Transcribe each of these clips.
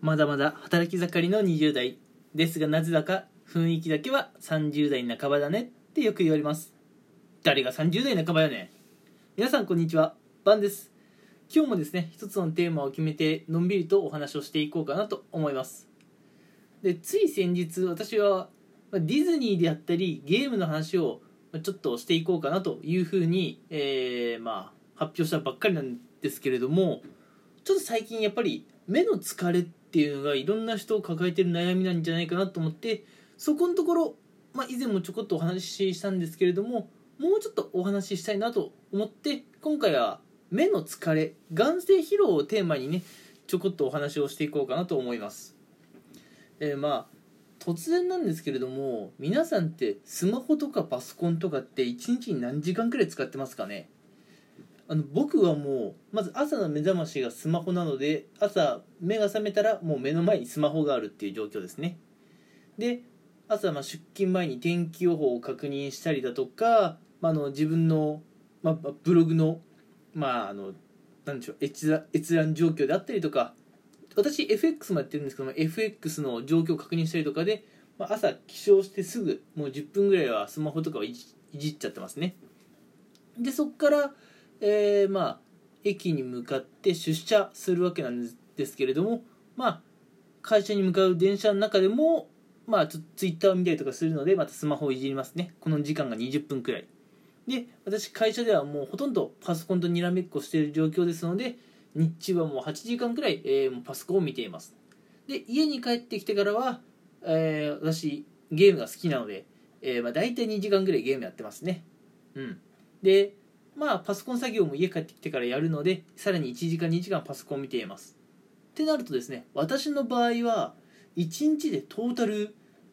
まだまだ働き盛りの20代ですが、なぜだか雰囲気だけは30代半ばだねってよく言われます。誰が30代半ばやねん。皆さんこんにちは、バンです。今日もですね、一つのテーマを決めてのんびりとお話をしていこうかなと思います。で、つい先日私はディズニーであったりゲームの話をちょっとしていこうかなというふうに、発表したばっかりなんですけれども、ちょっと最近やっぱり目の疲れっていうのがいろんな人を抱えている悩みなんじゃないかなと思って、そこのところ、以前もちょこっとお話ししたんですけれども、もうちょっとお話ししたいなと思って、今回は目の疲れ、眼精疲労をテーマにね、ちょこっとお話をしていこうかなと思います。突然なんですけれども、皆さんってスマホとかパソコンとかって1日に何時間くらい使ってますかね。僕はもうまず朝の目覚ましがスマホなので、朝目が覚めたらもう目の前にスマホがあるっていう状況ですね。で、朝出勤前に天気予報を確認したりだとか、自分の、ブログの、なんでしょう、閲覧状況であったりとか、私 FX もやってるんですけども、 FX の状況を確認したりとかで、朝起床してすぐもう10分ぐらいはスマホとかをいじっちゃってますね。でそこから駅に向かって出社するわけなんですけれども、会社に向かう電車の中でも、ちょっとツイッターを見たりとかするので、またスマホをいじりますね。この時間が20分くらいで、私会社ではもうほとんどパソコンとにらめっこしている状況ですので、日中はもう8時間くらい、パソコンを見ています。で、家に帰ってきてからは、私ゲームが好きなので、大体2時間くらいゲームやってますね。で、パソコン作業も家帰ってきてからやるので、さらに1時間2時間パソコンを見ています。ってなるとですね、私の場合は1日でトータル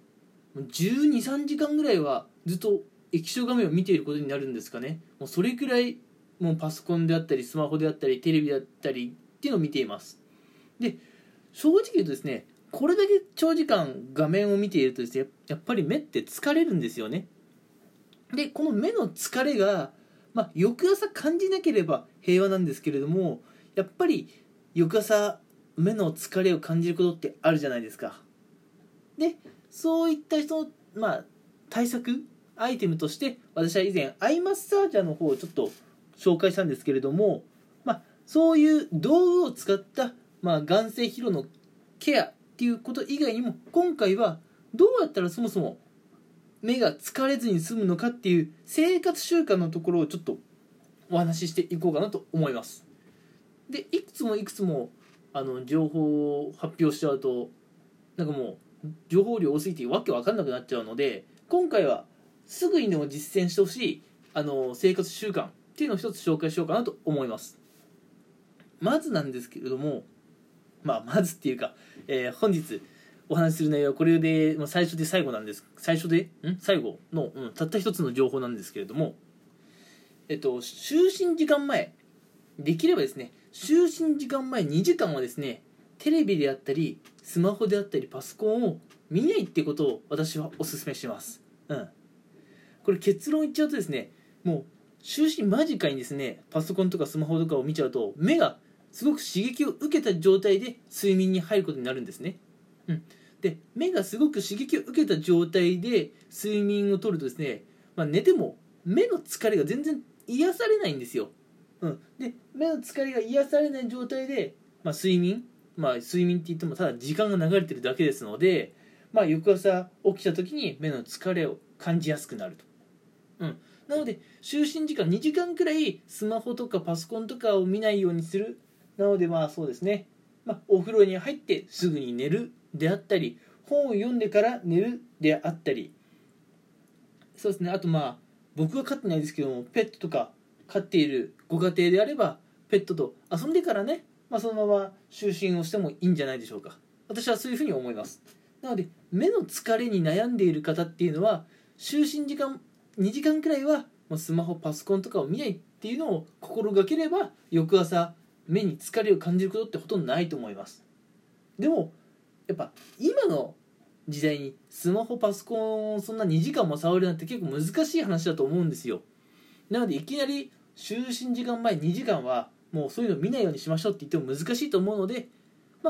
12、3時間ぐらいはずっと液晶画面を見ていることになるんですかね。もうそれくらいもうパソコンであったりスマホであったりテレビであったりっていうのを見ています。で、正直言うとですね、これだけ長時間画面を見ているとですね、やっぱり目って疲れるんですよね。で、この目の疲れが翌朝感じなければ平和なんですけれども、やっぱり翌朝目の疲れを感じることってあるじゃないですか。で、そういった人の、対策アイテムとして、私は以前アイマッサージャーの方をちょっと紹介したんですけれども、そういう道具を使った、眼精疲労のケアっていうこと以外にも、今回はどうやったらそもそも目が疲れずに済むのかっていう生活習慣のところをちょっとお話ししていこうかなと思います。で、いくつも情報を発表しちゃうと、もう情報量多すぎてわけわかんなくなっちゃうので、今回はすぐにでも実践してほしい生活習慣っていうのを一つ紹介しようかなと思います。まずなんですけれども、まずっていうか、本日お話しする内容はこれで最初で最後なんです。最後の、たった一つの情報なんですけれども、就寝時間前、できればですね、就寝時間前2時間はですね、テレビであったりスマホであったりパソコンを見ないってことを私はお勧めします。これ結論言っちゃうとですね、もう就寝間近にですね、パソコンとかスマホとかを見ちゃうと、目がすごく刺激を受けた状態で睡眠に入ることになるんですね。で、目がすごく刺激を受けた状態で睡眠をとるとですね、寝ても目の疲れが全然癒されないんですよ。で、目の疲れが癒されない状態で、睡眠って言ってもただ時間が流れてるだけですので、翌朝起きた時に目の疲れを感じやすくなると。なので就寝時間2時間くらいスマホとかパソコンとかを見ないようにする。なのでそうですね、お風呂に入ってすぐに寝るであったり、本を読んでから寝るであったり、そうですね、あと僕は飼ってないですけども、ペットとか飼っているご家庭であればペットと遊んでからね、そのまま就寝をしてもいいんじゃないでしょうか。私はそういうふうに思います。なので目の疲れに悩んでいる方っていうのは、就寝時間2時間くらいはスマホパソコンとかを見ないっていうのを心がければ、翌朝目に疲れを感じることってほとんどないと思います。でもやっぱ今の時代にスマホパソコンをそんな2時間も触るなんて結構難しい話だと思うんですよ。なのでいきなり就寝時間前2時間はもうそういうの見ないようにしましょうって言っても難しいと思うので、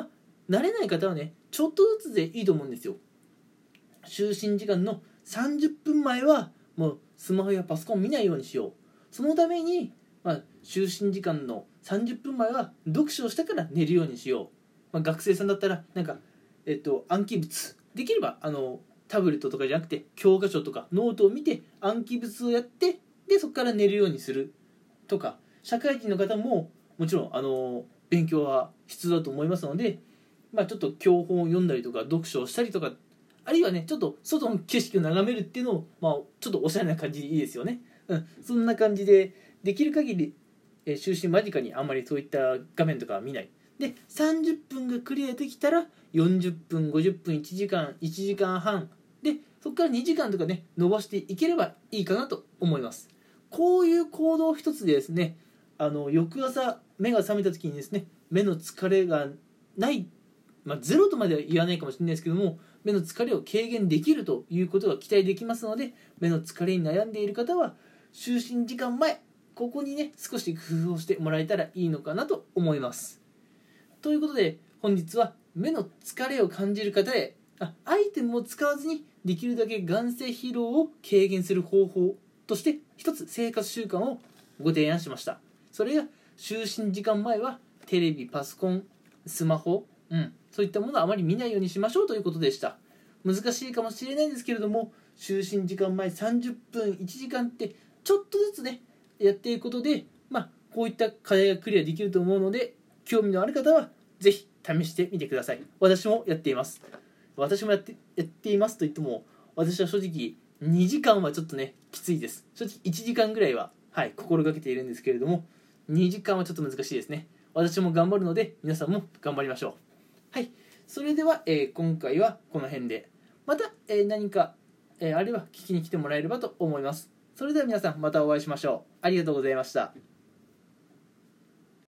慣れない方はねちょっとずつでいいと思うんですよ。就寝時間の30分前はもうスマホやパソコン見ないようにしよう。そのために、就寝時間の30分前は読書をしてから寝るようにしよう。学生さんだったら暗記物できればタブレットとかじゃなくて教科書とかノートを見て暗記物をやって、でそこから寝るようにするとか、社会人の方ももちろん勉強は必要だと思いますので、ちょっと教本を読んだりとか読書をしたりとか、あるいはねちょっと外の景色を眺めるっていうのを、ちょっとおしゃれな感じでいいですよね。そんな感じでできる限り、就寝間近にあんまりそういった画面とかは見ないで、30分がクリアできたら40分50分1時間1時間半で、そこから2時間とかね伸ばしていければいいかなと思います。こういう行動一つでですね、翌朝目が覚めた時にですね、目の疲れがない、ゼロとまでは言わないかもしれないですけども、目の疲れを軽減できるということが期待できますので、目の疲れに悩んでいる方は就寝時間前、ここにね少し工夫をしてもらえたらいいのかなと思います。ということで本日は目の疲れを感じる方へアイテムを使わずにできるだけ眼精疲労を軽減する方法として一つ生活習慣をご提案しました。それが就寝時間前はテレビ、パソコン、スマホ、そういったものはあまり見ないようにしましょうということでした。難しいかもしれないんですけれども、就寝時間前30分1時間ってちょっとずつねやっていくことで、こういった課題がクリアできると思うので、興味のある方はぜひ試してみてください。私もやっています。私もやっていますと言っても、私は正直2時間はちょっとねきついです。正直1時間ぐらいは心がけているんですけれども、2時間はちょっと難しいですね。私も頑張るので皆さんも頑張りましょう。それでは、今回はこの辺で、また、何か、あれば聞きに来てもらえればと思います。それでは皆さんまたお会いしましょう。ありがとうございました。